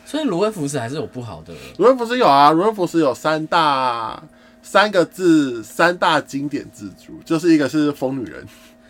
所以卢恩符石还是有不好的。 卢恩符石有啊，卢恩符石有三个字三大经典支柱，就是一个是疯女人，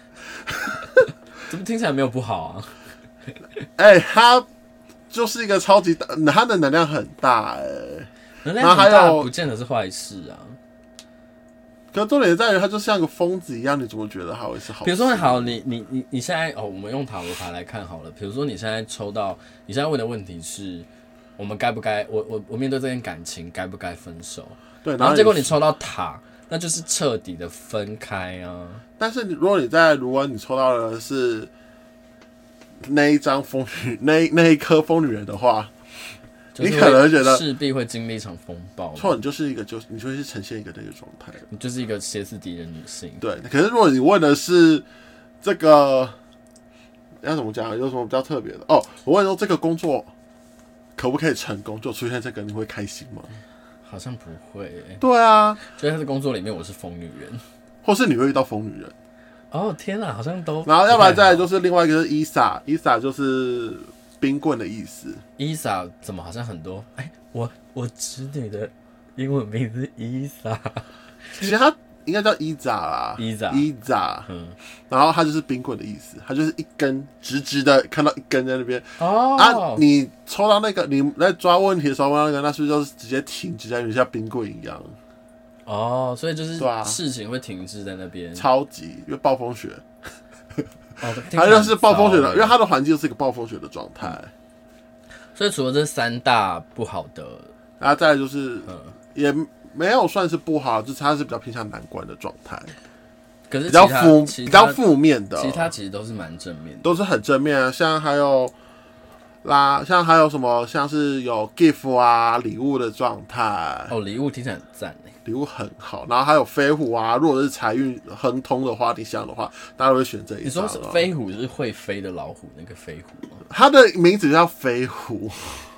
怎么听起来没有不好啊？ 它就是一个超级大，它的能量很大能量很大不见得是坏事啊。 可重点在于，它就像个疯子一样，你怎么觉得它会是好事？ 比如说，好，你现在我们用塔罗牌来看好了。比如说，你现在抽到，你现在问的问题是，我们该不该，我面对这段感情该不该分手？ 对， 然后结果你抽到塔，那就是彻底的分开啊。 但是如果你在卢恩，你抽到的是那一张疯女那一颗疯女人的话。你可能觉得势必会经历一场风暴。 错，你就是呈现一个那个状态， 你就是一个歇斯底里的女性。 对，可是如果你问的是这个要怎么讲，有什么比较特别的？哦，我问说这个工作可不可以成功，就出现这个，你会开心吗？ 好像不会对啊， 所以他的工作里面我是疯女人， 或是你会遇到疯女人。 哦天哪，好像都。 然后要不然再来就是另外一个是伊莎就是冰棍的意思。 伊莎怎么好像很多？我侄女的英文名字是伊莎， 其实它应该叫伊莎啦，伊莎，然后它就是冰棍的意思，它就是一根直直的，看到一根在那边。你抽到那个，你在抓问题的时候，那个那是不是就是直接停止在像冰棍一样？ 所以就是事情会停滞在那边， 超级因为暴风雪。它就是暴风雪的，因为它的环境就是一个暴风雪的状态。 所以除了这三大不好的， 然后再来就是也没有算是不好，就是它是比较偏向难关的状态。 可是比较负面的， 其他其实都是蛮正面的， 都是很正面啊。像还有什么，像是有 gift 啊礼物的状态。 礼物听起来很赞耶。 礼物很好，然后还有飞虎啊，如果是财运亨通的话，你想的话，大家会选这一张。 你说是飞虎是会飞的老虎那个飞虎吗？ 它的名字叫飞虎。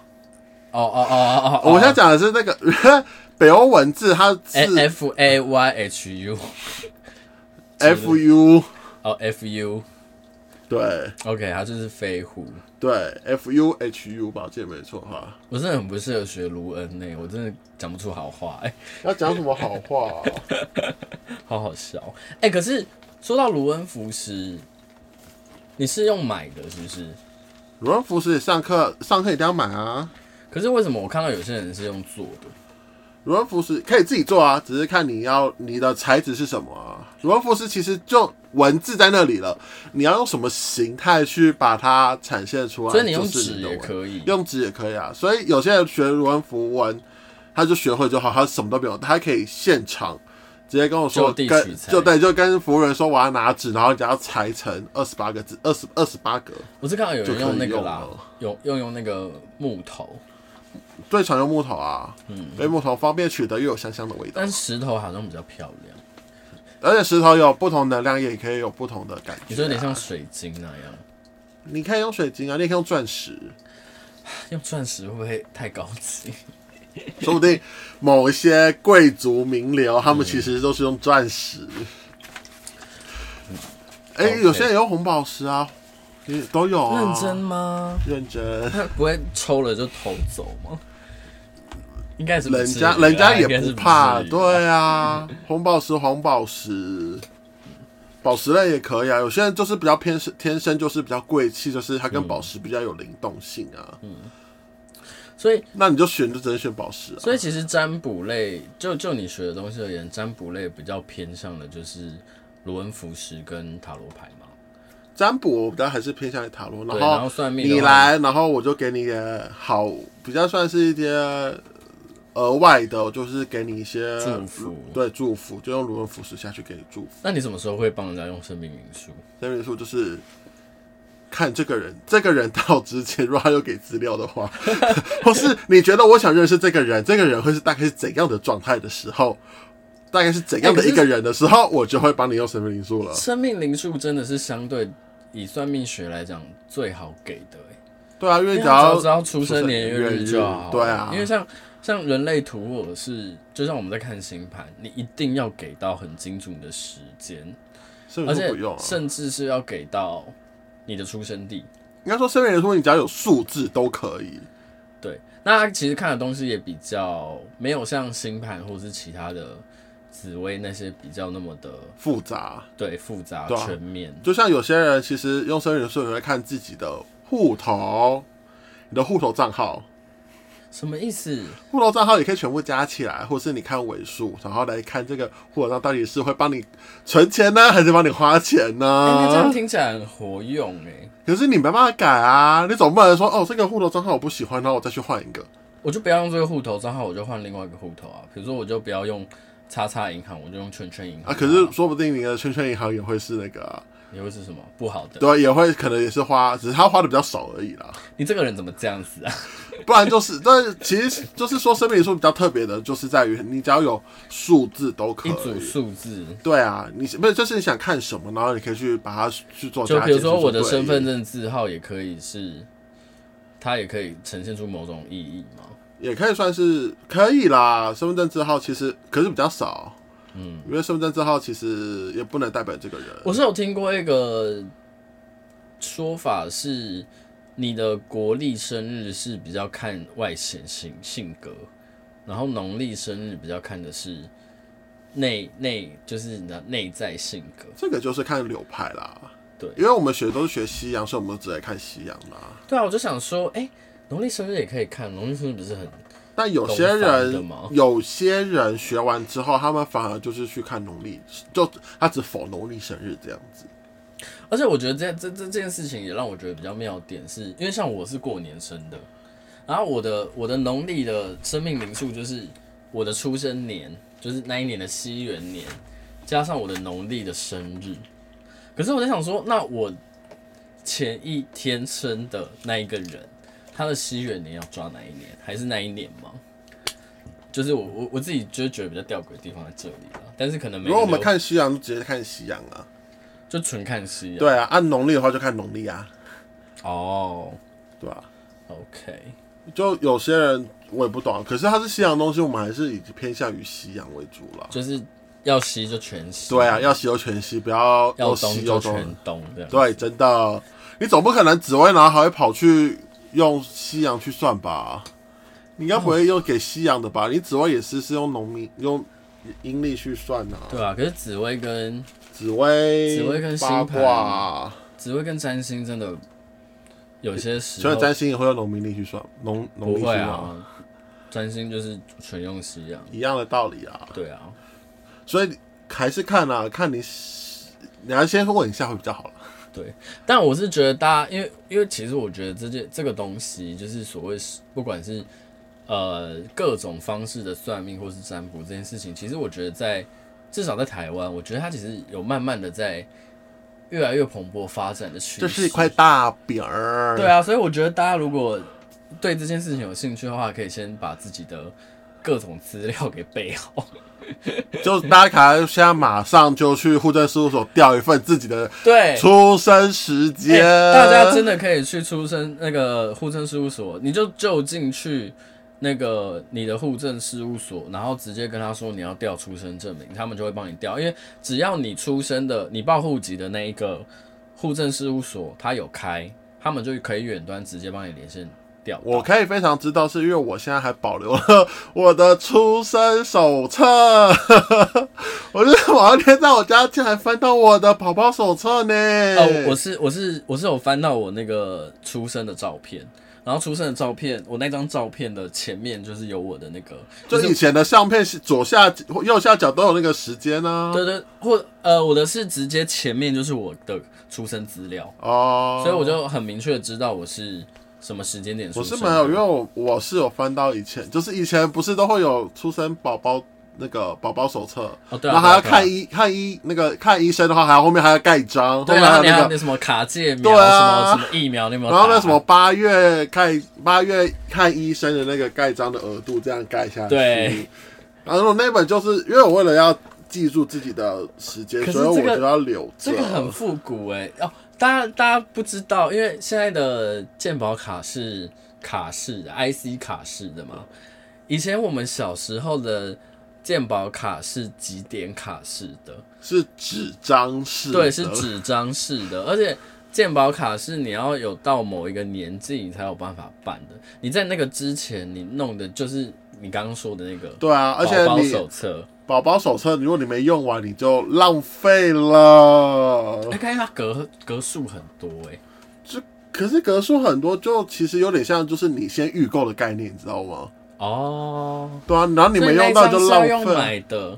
我现在讲的是那个北欧文字，它是 FAYHU FU FU 对 OK， 它就是飞虎。 对 FUHU 吧，记得没错哈。 我真的很不适合学卢恩我真的讲不出好话要讲什么好话好好笑可是说到卢恩符石，你是用买的是不是？ 卢恩符石上课一定要买啊。 可是为什么我看到有些人是用做的？ 卢恩符石可以自己做啊，只是看你的材质是什么啊。卢恩符石其实就文字在那里了，你要用什么形态去把它展现出来？ 所以你用纸也可以， 用纸也可以啊。所以有些人学卢恩符文，他就学会就好，他什么都不用，他可以现场直接跟我说，就跟服务员说我要拿纸，然后你只要裁成28个字，28格。 我是看到有人用那个啦，用那个木头。 最常用木头啊，因为木头方便取得，又有香香的味道。 但石头好像比较漂亮， 而且石头有不同能量，也可以有不同的感觉。 你说有点像水晶那样， 你可以用水晶啊，你也可以用钻石。 用钻石会不会太高级？ 说不定某一些贵族名流，他们其实都是用钻石。有些人用红宝石啊。都有啊。 认真吗？ 认真。 他不会抽了就偷走吗？应该是不是人家也不怕，对啊。红宝石、黄宝石、宝石类也可以啊。有些人就是比较天生就是比较贵气，就是它跟宝石比较有灵动性啊。 所以那你就只能选宝石啊。 所以其实占卜类，就你学的东西而言，占卜类比较偏向的就是卢恩符石跟塔罗牌嘛。 占卜我比较还是偏向于塔罗， 然后算命你来，然后我就给你好，比较算是一些额外的，就是给你一些祝福， 对，祝福，就用卢恩符石下去给你祝福。 那你什么时候会帮人家用生命灵数？ 生命灵数就是看这个人到之前，如果他有给资料的话，或是你觉得我想认识这个人会是大概是怎样的状态的时候。大概是怎样的一个人的时候，我就会帮你用生命灵数了。 生命灵数真的是相对以算命学来讲最好给的对啊，因为只要出生年月日就好。 对啊， 因为像人类图或者是就像我们在看星盘，你一定要给到很精准的时间，而且甚至是要给到你的出生地。 应该说生命灵数你只要有数字都可以。 对， 那他其实看的东西也比较没有像星盘或是其他的紫微那些比较那么的复杂， 对，复杂全面。 就像有些人其实用生日的时候也会看自己的户头，你的户头账号。 什么意思？ 户头账号也可以全部加起来，或是你看尾数，然后来看这个户头账到底是会帮你存钱呢，还是帮你花钱呢？ 那这样听起来很活用可是你没办法改啊，你总不能说哦，这个户头账号我不喜欢，然后我再去换一个。 我就不要用这个户头账号，我就换另外一个户头啊。比如说，我就不要用叉叉银行，我就用圈圈银行。 可是说不定你的圈圈银行也会是那个啊。 也会是什么不好的？ 对，也会可能也是花，只是他花的比较少而已啦。 你这个人怎么这样子啊？ 不然就是，但其实就是说，生命灵数比较特别的，就是在于你只要有数字都可以， 一组数字。 对啊，你不是就是你想看什么，然后你可以去把它去做加减。 就比如说我的身份证字号也可以是，它也可以呈现出某种意义吗？ 也可以算是可以啦。身份证字号其实可是比较少。因为身份证字号其实也不能代表这个人。 我是有听过一个说法是，你的国历生日是比较看外显性格，然后农历生日比较看的是就是你的内在性格。 这个就是看流派啦。 对， 因为我们学都是学西洋，所以我们都只来看西洋啦。 对啊，我就想说，农历生日也可以看，农历生日不是很。 但有些人学完之后，他们反而就是去看农历，就他只否农历生日这样子。 而且我觉得这件事情也让我觉得比较妙的点是，因为像我是过年生的，然后我的农历的生命灵数就是我的出生年，就是那一年的西元年，加上我的农历的生日。可是我在想说，那我前一天生的那一个人。他的西元年要抓哪一年？还是那一年吗？就是我自己就觉得比较吊诡的地方在这里了。但是可能如果我们看西洋，就直接看西洋啊， 就纯看西洋。 对啊，按农历的话就看农历啊。 哦， 对啊 OK， 就有些人我也不懂，可是它是西洋的东西，我们还是以偏向于西洋为主了。 就是要西就全西。 对啊，要西就全西，不要东就全东这样。 对，真的，你总不可能紫微然后还会跑去。用西洋去算吧，你应该不会用给西洋的吧？你紫微也是用用阴历去算啊。 对啊，可是紫微跟星盘、 紫微跟占星真的有些时候， 所以占星也会用农民历去算，农历不会啊，占星就是全用西洋， 一样的道理啊。 对啊， 所以还是看你还是先问一下会比较好了。 对，但我是觉得大家，因为其实我觉得这个东西，就是所谓不管是各种方式的算命或是占卜这件事情，其实我觉得至少在台湾，我觉得它其实有慢慢的在越来越蓬勃发展的趋势。 这是一块大饼儿。 对啊，所以我觉得大家如果对这件事情有兴趣的话，可以先把自己的各种资料给备好。 就大家可能现在马上就去户政事务所调一份自己的出生时间。 大家真的可以去那个户政事务所，你就进去那个你的户政事务所，然后直接跟他说你要调出生证明，他们就会帮你调。因为只要你出生的你报户籍的那一个户政事务所他有开，他们就可以远端直接帮你连线。 我可以非常知道，是因为我现在还保留了我的出生手册，我就是某一天在我家竟然翻到我的宝宝手册呢。 我是有翻到我那个出生的照片，然后出生的照片，我那张照片的前面就是有我的那个， 就以前的相片左下右下角都有那个时间啊。 对，我的是直接前面就是我的出生资料所以我就很明确的知道我是。什么时间点出生？ 我是没有，因为我是有翻到以前不是都会有出生宝宝那个宝宝手册， 对啊， 然后还要看医生的话，还要后面还要盖章， 对啊，你还有那什么卡介苗，什么疫苗，你有没有？ 然后那什么8月看医生的那个盖章的额度，这样盖下去。 对， 然后那本就是因为我为了要记住自己的时间，所以我就要留着。 这个很复古大家不知道，因为现在的健保卡是卡式的 IC 卡式的嘛。以前我们小时候的健保卡是集点卡式的， 是纸张式的。 对，是纸张式的。而且健保卡是你要有到某一个年纪你才有办法办的，你在那个之前你弄的就是你刚刚说的那个对啊，而且宝宝手册， 宝宝手册如果你没用完你就浪费了。 看它格数很多可是格数很多，就其实有点像就是你先预购的概念，你知道吗？ 哦， 对啊，然后你没用到就浪费。 用买的，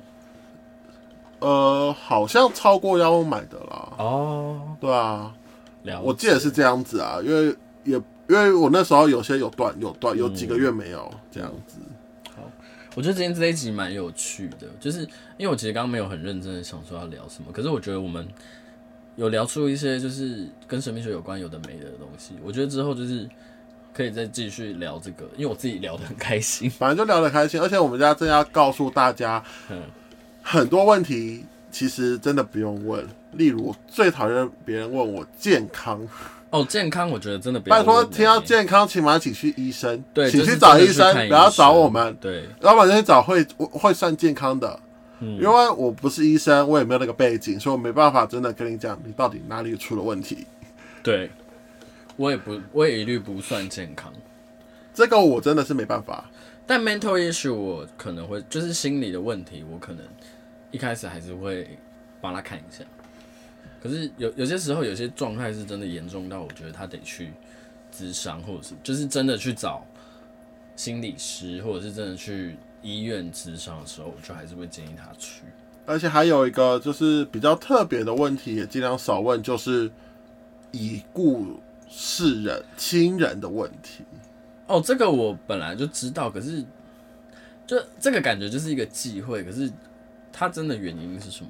好像超过要用买的啦。 哦， 对啊，我记得是这样子啊，因为我那时候有些有断，有几个月没有这样子。 好，我觉得今天这一集蛮有趣的，就是因为我其实刚刚没有很认真的想说要聊什么，可是我觉得我们有聊出一些就是跟神秘学有关有的没的东西，我觉得之后就是可以再继续聊这个，因为我自己聊得很开心， 反正就聊得开心，而且我们家真要告诉大家，很多问题其实真的不用问，例如我最讨厌别人问我健康。 哦，健康我觉得真的不要问。 拜托，听到健康，请马上请去医生， 对， 请去找医生，不要找我们。 对， 要不然就找会算健康的。因为我不是医生，我也没有那个背景，所以我没办法真的跟你讲你到底哪里出了问题。 对，我也一律不算健康， 这个我真的是没办法。 但 mental issue 我可能会就是心理的问题，我可能一开始还是会帮他看一下。可是有些时候有些状态是真的严重到我觉得他得去咨商，或者是就是真的去找心理师，或者是真的去医院咨商的时候，我就还是会建议他去。 而且还有一个就是比较特别的问题，也尽量少问，就是已故世人亲人的问题。 哦，这个我本来就知道，可是就这个感觉就是一个忌讳，可是它真的原因是什么？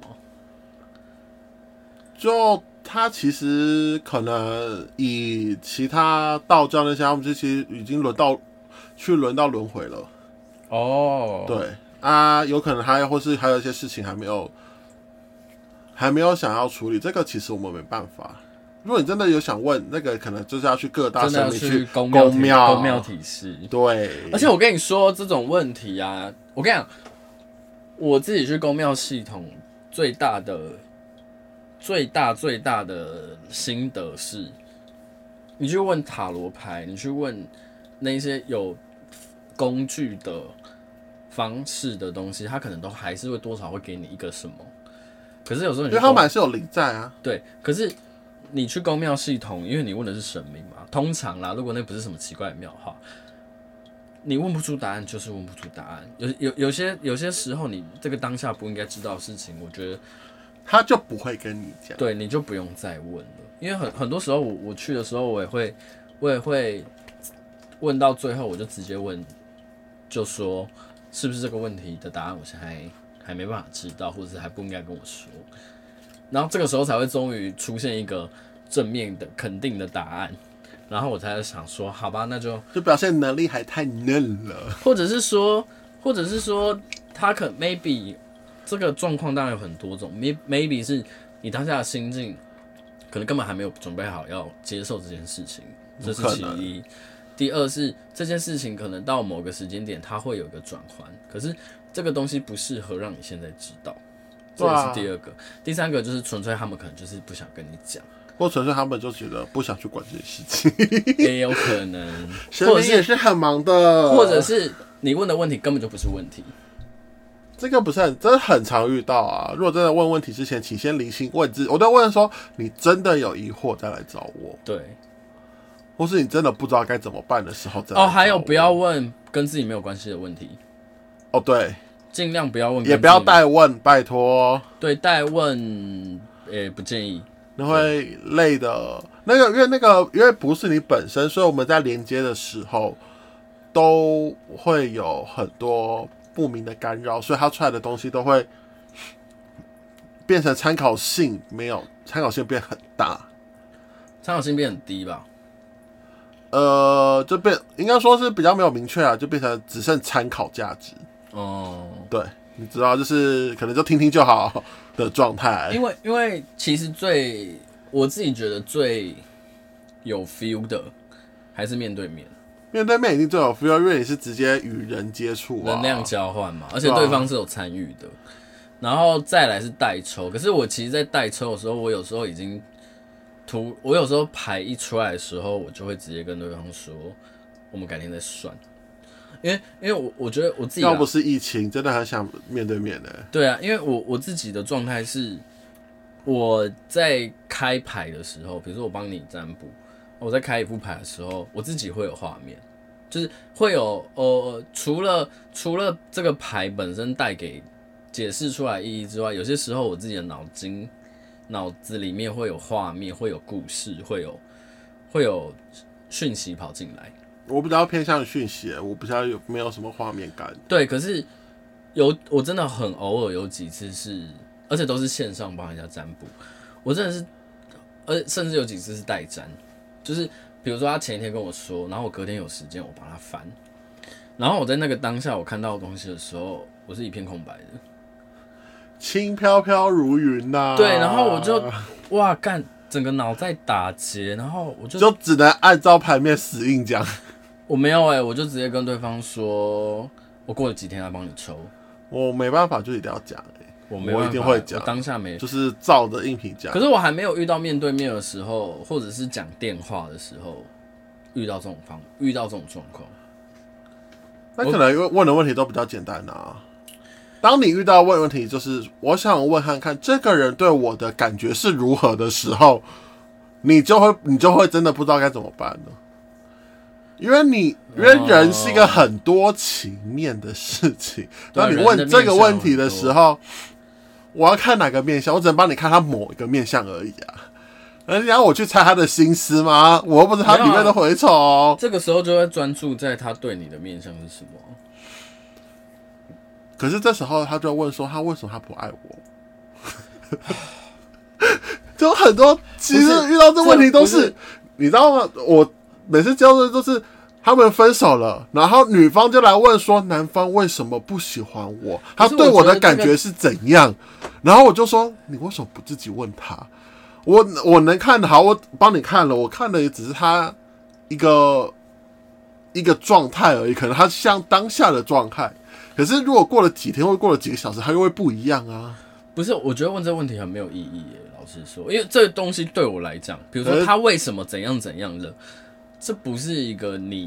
就他其实可能以其他道教那些，他们其实已经轮到轮回了。 哦， 对啊，有可能还有一些事情还没有想要处理，这个其实我们没办法。如果你真的有想问，那个可能就是要去各大神明去公庙体系。 对， 而且我跟你说这种问题啊，我跟你讲，我自己去公庙系统最大的心得是，你去问塔罗牌，你去问那些有工具的方式的东西，他可能都还是会多少会给你一个什么。可是有时候因为他们还是有灵在啊。 对，可是你去公庙系统，因为你问的是神明嘛，通常啦，如果那不是什么奇怪的庙的话，你问不出答案就是问不出答案。有些时候你这个当下不应该知道的事情，我觉得他就不会跟你讲， 对，你就不用再问了。因为很多时候我去的时候，我也会问到最后，我就直接问，就说是不是这个问题的答案，我现在还没办法知道，或者是还不应该跟我说。然后这个时候才会终于出现一个正面的肯定的答案，然后我才想说，好吧，那就表现能力还太嫩了， 或者是说他maybe 这个状况当然有很多种 ，maybe 是你当下的心境可能根本还没有准备好要接受这件事情，这是其一。第二是这件事情可能到某个时间点它会有一个转换，可是这个东西不适合让你现在知道，这也是第二个。第三个就是纯粹他们可能就是不想跟你讲， 或纯粹他们就觉得不想去管这件事情， 也有可能， 神明也是很忙的， 或者是你问的问题根本就不是问题。 这个不是真的很常遇到啊！如果真的问问题之前，请先厘清问字。我都问说，你真的有疑惑再来找我， 对， 或是你真的不知道该怎么办的时候再来找我。 还有不要问跟自己没有关系的问题。 哦，对， 尽量不要问， 也不要代问，拜托。 对，代问不建议， 那会累的。因为不是你本身，所以我们在连接的时候都会有很多不明的干扰，所以它出来的东西都会变成参考性没有，参考性变很大， 参考性变很低吧？ 就应该说是比较没有明确啊，就变成只剩参考价值。 哦， 对，你知道，就是可能就听听就好的状态。 因为其实我自己觉得最有 feel 的还是面对面。 面对面一定最有 feel，因为你是直接与人接触， 能量交换嘛，而且对方是有参与的。然后再来是代抽，可是我其实，在代抽的时候，我有时候已经我有时候牌一出来的时候，我就会直接跟对方说，我们改天再算。因为我觉得我自己要不是疫情，真的很想面对面的。 对啊，因为我自己的状态是，我在开牌的时候，比如说我帮你占卜，我在开一副牌的时候，我自己会有画面，就是会有除了这个牌本身带给解释出来意义之外，有些时候我自己的脑子里面会有画面，会有故事，会有讯息跑进来。 我比较偏向讯息，我比较没有什么画面感。 对，可是我真的很偶尔有几次是，而且都是线上帮人家占卜，我真的是，甚至有几次是代占，就是比如说他前一天跟我说，然后我隔天有时间我帮他翻，然后我在那个当下我看到的东西的时候，我是一片空白的， 轻飘飘如云呐。 对，然后我就哇干，整个脑在打结，然后我就只能按照牌面死硬讲。 我没有我就直接跟对方说，我过了几天来帮你抽。 我没办法，就一定要讲我一定会讲， 当下没， 就是照着硬品讲。 可是我还没有遇到面对面的时候，或者是讲电话的时候，遇到这种状况。 那可能问的问题都比较简单啊。当你遇到问题，就是我想问看这个人对我的感觉是如何的时候，你就会真的不知道该怎么办了。因为人是一个很多情面的事情。当你问这个问题的时候，我要看哪个面向？我只能帮你看他某一个面向而已啊。你要我去猜他的心思吗？我又不是他里面的蛔虫。 这个时候就会专注在他对你的面向是什么。 可是这时候他就问说，他为什么他不爱我？就很多，其实遇到这问题都是，你知道吗？我每次交流都是他们分手了，然后女方就来问说，男方为什么不喜欢我？他对我的感觉是怎样？然后我就说，你为什么不自己问他？我能看的好，我帮你看了，我看的也只是他一个状态而已，可能他像当下的状态。可是如果过了几天或过了几个小时，他又会不一样啊。 不是，我觉得问这个问题很没有意义耶。老实说，因为这个东西对我来讲，比如说他为什么怎样了，这不是一个你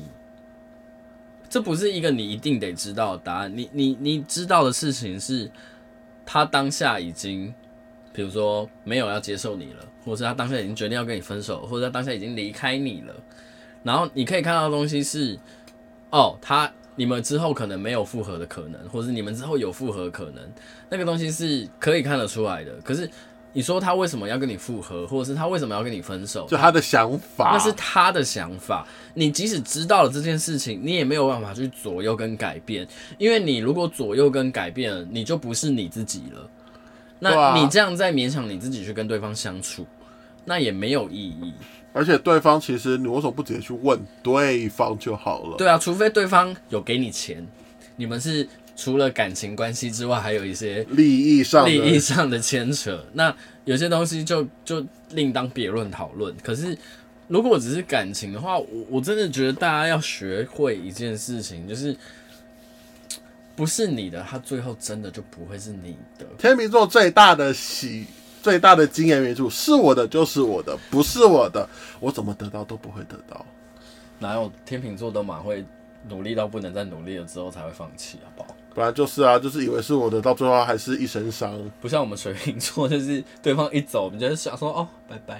一定得知道的答案。你知道的事情是，他当下已经，比如说没有要接受你了，或者是他当下已经决定要跟你分手，或者他当下已经离开你了。然后你可以看到的东西是，你们之后可能没有复合的可能，或者是你们之后有复合的可能，那个东西是可以看得出来的。可是你说他为什么要跟你复合，或者是他为什么要跟你分手， 就他的想法， 那是他的想法。你即使知道了这件事情，你也没有办法去左右跟改变，因为你如果左右跟改变了，你就不是你自己了。那你这样再勉强你自己去跟对方相处，那也没有意义。 而且对方其实你为什么不直接去问对方就好了？ 对啊，除非对方有给你钱，你们是除了感情关系之外，还有一些利益上的牵扯。那有些东西就另当别论讨论。可是如果只是感情的话，我真的觉得大家要学会一件事情，就是不是你的，他最后真的就不会是你的。 天秤座最大的经验元素，是我的就是我的，不是我的，我怎么得到都不会得到。 哪有天秤座都蛮会努力到不能再努力了之后才会放弃，好不好？ 本来就是啊，就是以为是我的，到最后还是一身伤。 不像我们水瓶座，就是对方一走，我们就想说拜拜。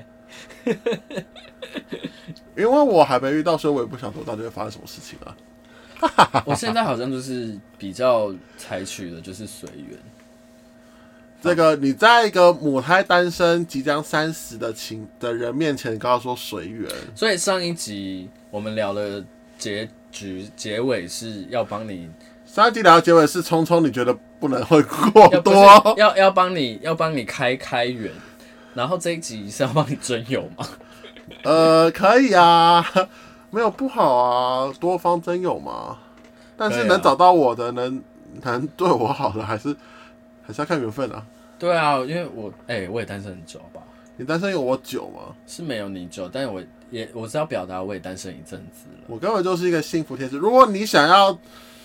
因为我还没遇到，所以我也不想说到底会发生什么事情啊。 我现在好像就是比较采取的就是随缘。 这个你在一个母胎单身、即将30的人面前，告诉说随缘。 所以上一集我们聊的结尾是要帮你。 上一集聊的结尾是聪聪，你觉得不能会过多， 要帮你开源。然后这一集是要帮你征友吗？ 可以啊，没有不好啊，多方征友嘛。但是能找到我的，能对我好的，还是要看缘分啊。 对啊，因为我也单身很久吧。 你单身有我久吗？ 是没有你久，但是我是要表达我也单身一阵子了。 我根本就是一个幸福天使。如果你想要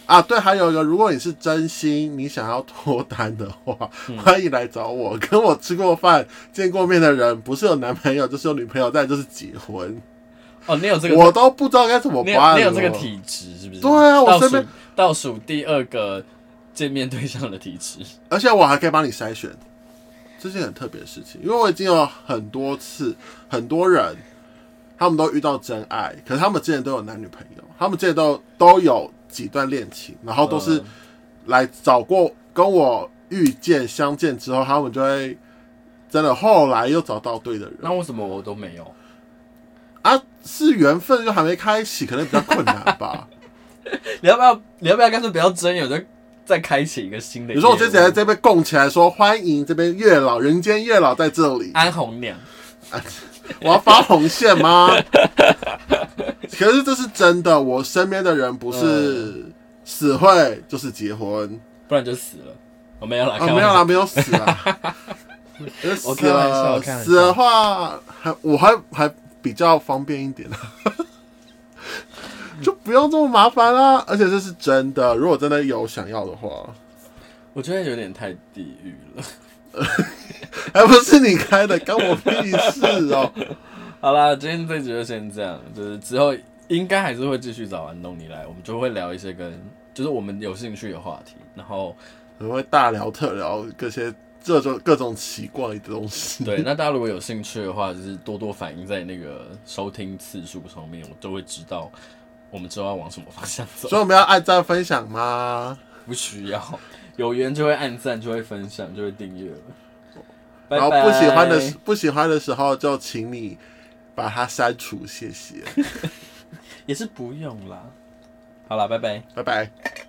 啊，对，还有一个，如果你是真心你想要脱单的话，欢迎来找我。跟我吃过饭、见过面的人，不是有男朋友就是有女朋友，再就是结婚。 哦，你有这个， 我都不知道该怎么办。 你有这个体质是不是？ 对啊，我身边倒数第2个见面对象的体质， 而且我还可以帮你筛选，这是很特别的事情。因为我已经有很多次，很多人他们都遇到真爱，可是他们之前都有男女朋友，他们之前都有几段恋情，然后都是来找过跟我遇见相见之后，他们就会真的后来又找到对的人。 那为什么我都没有啊？是缘分就还没开启，可能比较困难吧。 你要不要干脆不要真有，再开启一个新的？ 你说我直接在这边供起来说欢迎这边月老，人间月老在这里， 安红娘。 我要发红线吗？可是这是真的，我身边的人不是死会就是结婚， 不然就死了。我没有啦， 没有啦，没有死啦。 我开玩笑， 死的话我还比较方便一点，就不用这么麻烦啦。而且这是真的，如果真的有想要的话， 我觉得有点太地狱了。 还不是你开的，关我屁事哦。 好啦，今天这集就先这样，就是之后应该还是会继续找安东尼来，我们就会聊一些就是我们有兴趣的话题，然后我们会大聊特聊各种奇怪的东西。 对，那大家如果有兴趣的话，就是多多反映在那个收听次数上面，我都会知道我们之后要往什么方向走。 所以我们要按赞分享吗？ 不需要，有缘就会按赞，就会分享，就会订阅了。 然后不喜欢的时候，就请你把它删除，谢谢。 也是不用啦。好啦，拜拜， 拜拜。